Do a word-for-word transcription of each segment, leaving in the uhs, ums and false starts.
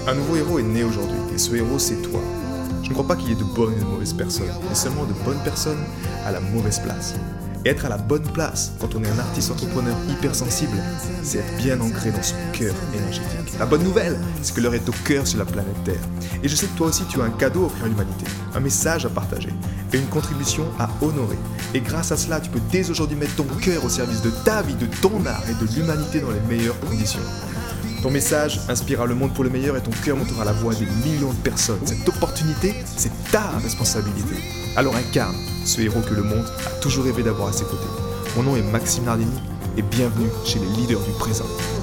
Un nouveau héros est né aujourd'hui, et ce héros c'est toi. Je ne crois pas qu'il y ait de bonnes et de mauvaises personnes, mais seulement de bonnes personnes à la mauvaise place. Et être à la bonne place, quand on est un artiste entrepreneur hypersensible, c'est être bien ancré dans son cœur énergétique. La bonne nouvelle, c'est que l'heure est au cœur sur la planète Terre. Et je sais que toi aussi tu as un cadeau à offrir à l'humanité, un message à partager, et une contribution à honorer. Et grâce à cela, tu peux dès aujourd'hui mettre ton cœur au service de ta vie, de ton art et de l'humanité dans les meilleures conditions. Ton message inspirera le monde pour le meilleur et ton cœur montera la voix des millions de personnes. Cette opportunité, c'est ta responsabilité. Alors incarne ce héros que le monde a toujours rêvé d'avoir à ses côtés. Mon nom est Maxime Nardini et bienvenue chez les leaders du présent.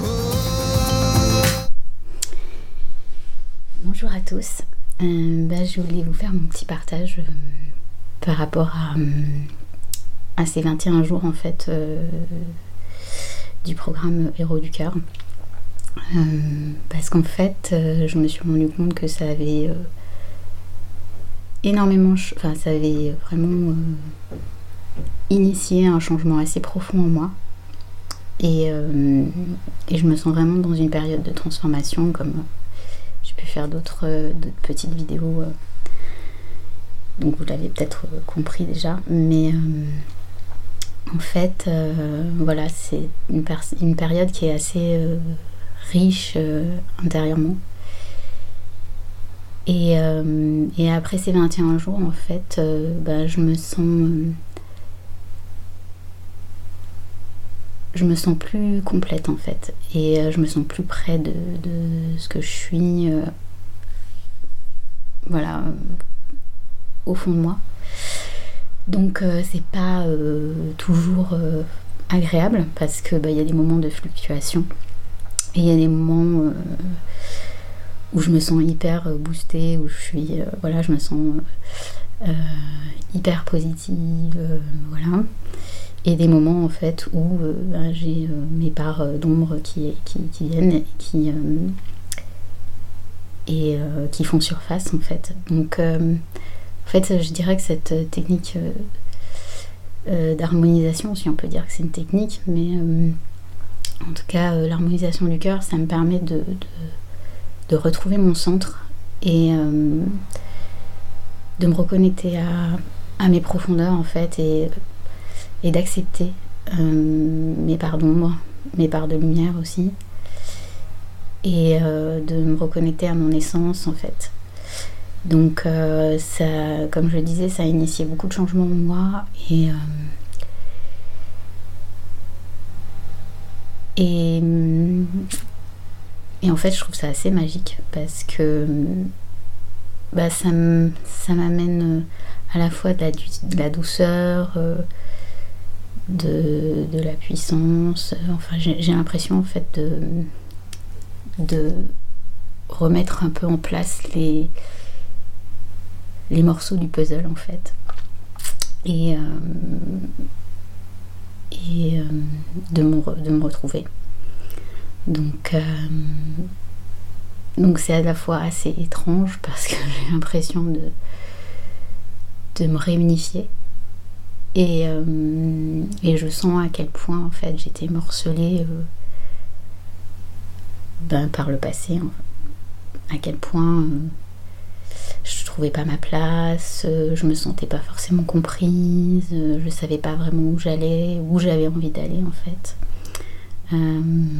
Bonjour à tous. Euh, bah, je voulais vous faire mon petit partage euh, par rapport à, euh, à ces vingt et un jours en fait euh, du programme Héros du Cœur. Euh, parce qu'en fait, euh, je me suis rendu compte que ça avait euh, énormément, enfin ça avait vraiment euh, initié un changement assez profond en moi. Et, euh, et je me sens vraiment dans une période de transformation, comme euh, j'ai pu faire d'autres, euh, d'autres petites vidéos. Euh, donc vous l'avez peut-être euh, compris déjà, mais euh, en fait, euh, voilà, c'est une, per- une période qui est assez euh, riche euh, intérieurement. Et, euh, et après ces vingt et un jours, en fait, euh, bah, je me sens... Euh, je me sens plus complète, en fait. Et euh, je me sens plus près de, de ce que je suis. Euh, voilà, euh, au fond de moi. Donc, euh, c'est pas euh, toujours euh, agréable, parce que bah, y a des moments de fluctuation. Et il y a des moments euh, où je me sens hyper boostée, où je suis, euh, voilà, je me sens euh, hyper positive, euh, voilà. Et des moments en fait où euh, ben, j'ai euh, mes parts euh, d'ombre qui, qui, qui viennent et qui, euh, et, euh, qui font surface en fait. Donc euh, en fait je dirais que cette technique euh, euh, d'harmonisation, si on peut dire que c'est une technique, mais euh, en tout cas, euh, l'harmonisation du cœur, ça me permet de, de, de retrouver mon centre et euh, de me reconnecter à, à mes profondeurs, en fait, et, et d'accepter euh, mes parts d'ombre, mes parts de lumière aussi, et euh, de me reconnecter à mon essence, en fait. Donc, euh, ça, comme je le disais, ça a initié beaucoup de changements en moi, et... Euh, Et, et en fait, je trouve ça assez magique parce que bah, ça, m- ça m'amène à la fois de la, du- de la douceur, euh, de, de la puissance. Enfin, j'ai, j'ai l'impression en fait de, de remettre un peu en place les, les morceaux du puzzle en fait. Et, euh, et euh, de, me re- de me retrouver. Donc, euh, donc c'est à la fois assez étrange parce que j'ai l'impression de, de me réunifier et, euh, et je sens à quel point en fait j'étais morcelée euh, ben, par le passé, à quel point euh, je trouvais pas ma place, euh, je me sentais pas forcément comprise, euh, je savais pas vraiment où j'allais, où j'avais envie d'aller en fait. Euh,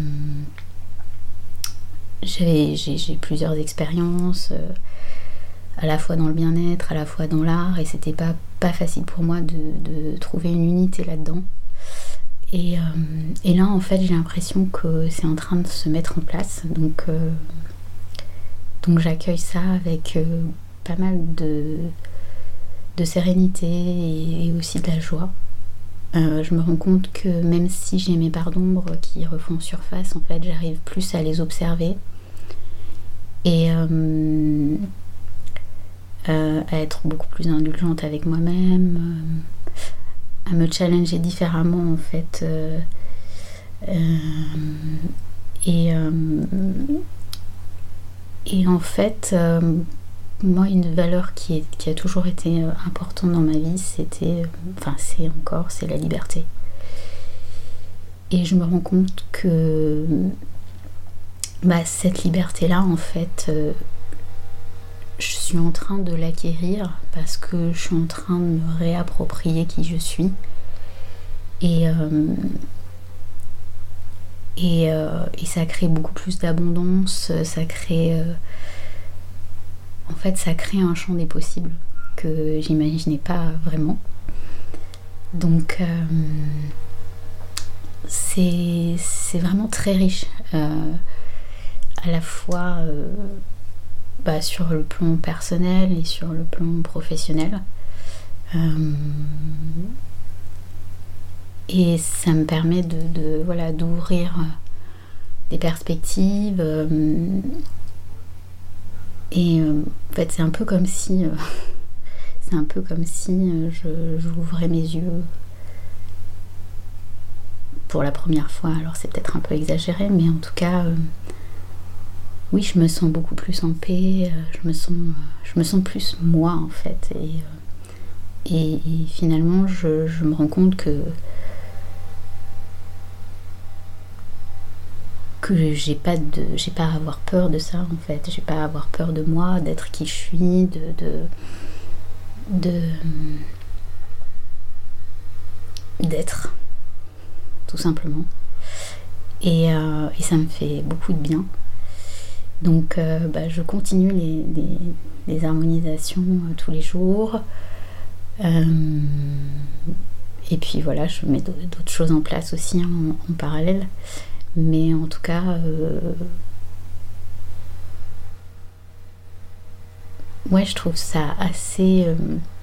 j'ai, j'ai, j'ai plusieurs expériences, euh, à la fois dans le bien-être, à la fois dans l'art, et c'était pas, pas facile pour moi de, de trouver une unité là-dedans. Et, euh, et là en fait j'ai l'impression que c'est en train de se mettre en place, donc, euh, donc j'accueille ça avec euh, pas mal de, de sérénité et, et aussi de la joie. Euh, je me rends compte que même si j'ai mes parts d'ombre qui refont surface, en fait, j'arrive plus à les observer et euh, euh, à être beaucoup plus indulgente avec moi-même, euh, à me challenger différemment, en fait. Euh, euh, et, euh, et en fait, euh, moi, une valeur qui, est, qui a toujours été euh, importante dans ma vie, c'était, euh, enfin c'est encore, c'est la liberté. Et je me rends compte que bah, cette liberté-là, en fait, euh, je suis en train de l'acquérir parce que je suis en train de me réapproprier qui je suis. Et, euh, et, euh, et ça crée beaucoup plus d'abondance, ça crée... Euh, en fait, ça crée un champ des possibles que j'imaginais pas vraiment. Donc, euh, c'est, c'est vraiment très riche. Euh, à la fois euh, bah, sur le plan personnel et sur le plan professionnel. Euh, et ça me permet de, de voilà, d'ouvrir des perspectives. Euh, et euh, en fait, c'est un peu comme si... Euh, c'est un peu comme si euh, je, j'ouvrais mes yeux pour la première fois. Alors c'est peut-être un peu exagéré, mais en tout cas... Euh, oui, je me sens beaucoup plus en paix, je me sens, je me sens plus moi en fait. Et, et, et finalement, je, je me rends compte que, que j'ai pas de, j'ai pas à avoir peur de ça en fait. J'ai pas à avoir peur de moi, d'être qui je suis, de, de, de d'être, tout simplement. Et, euh, et ça me fait beaucoup de bien. Donc euh, bah, je continue les, les, les harmonisations euh, tous les jours. Euh, et puis voilà, je mets d'autres choses en place aussi hein, en, en parallèle. Mais en tout cas, euh, ouais, je trouve ça assez, euh,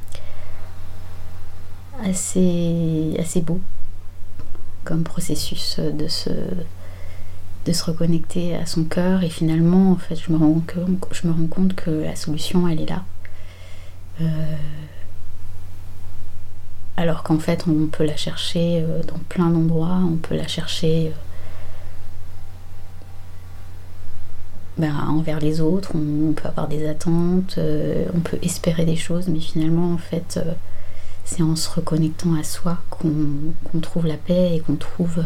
assez, assez beau comme processus de se... de se reconnecter à son cœur. Et finalement en fait je me rends, que, je me rends compte que la solution elle est là, euh, alors qu'en fait on peut la chercher dans plein d'endroits. On peut la chercher ben, envers les autres, on, on peut avoir des attentes, euh, on peut espérer des choses, mais finalement en fait euh, c'est en se reconnectant à soi qu'on, qu'on trouve la paix et qu'on trouve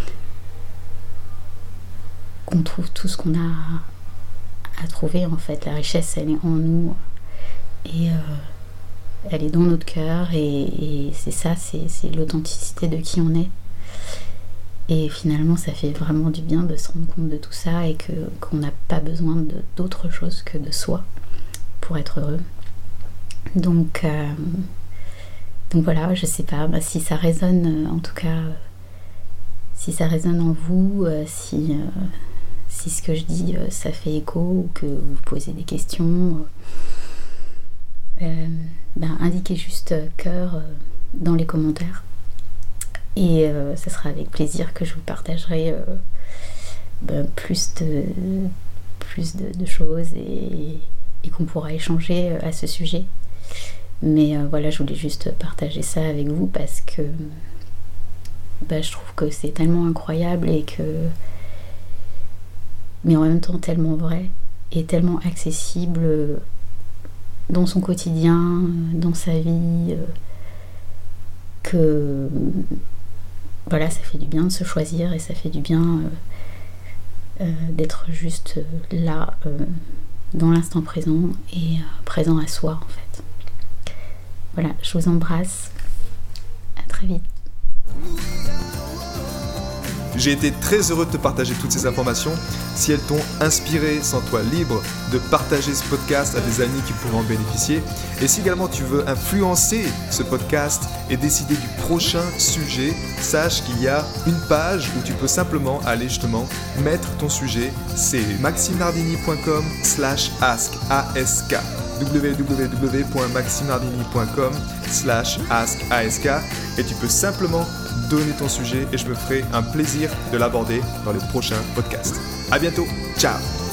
qu'on trouve tout ce qu'on a à trouver en fait. La richesse elle est en nous et euh, elle est dans notre cœur et, et c'est ça, c'est, c'est l'authenticité de qui on est. Et finalement ça fait vraiment du bien de se rendre compte de tout ça et que, qu'on n'a pas besoin de, d'autre chose que de soi pour être heureux. Donc, euh, donc voilà, je sais pas bah, si ça résonne, en tout cas si ça résonne en vous, euh, si... Euh, si ce que je dis euh, ça fait écho ou que vous posez des questions, euh, ben, indiquez juste euh, cœur euh, dans les commentaires et euh, ce sera avec plaisir que je vous partagerai euh, ben, plus de, plus de, de choses et, et qu'on pourra échanger à ce sujet. Mais euh, voilà, je voulais juste partager ça avec vous parce que ben, je trouve que c'est tellement incroyable et que mais en même temps tellement vrai et tellement accessible dans son quotidien, dans sa vie, que voilà, ça fait du bien de se choisir et ça fait du bien euh, d'être juste là, euh, dans l'instant présent et euh, présent à soi en fait. Voilà, je vous embrasse, à très vite. J'ai été très heureux de te partager toutes ces informations. Si elles t'ont inspiré, sens-toi libre de partager ce podcast à des amis qui pourront en bénéficier. Et si également tu veux influencer ce podcast et décider du prochain sujet, sache qu'il y a une page où tu peux simplement aller justement mettre ton sujet. C'est maximnardini.com slash ask, A-S-K. w w w point maximnardini point com slash ask, A-S-K. Et tu peux simplement donner ton sujet et je me ferai un plaisir de l'aborder dans les prochains podcasts. À bientôt, ciao!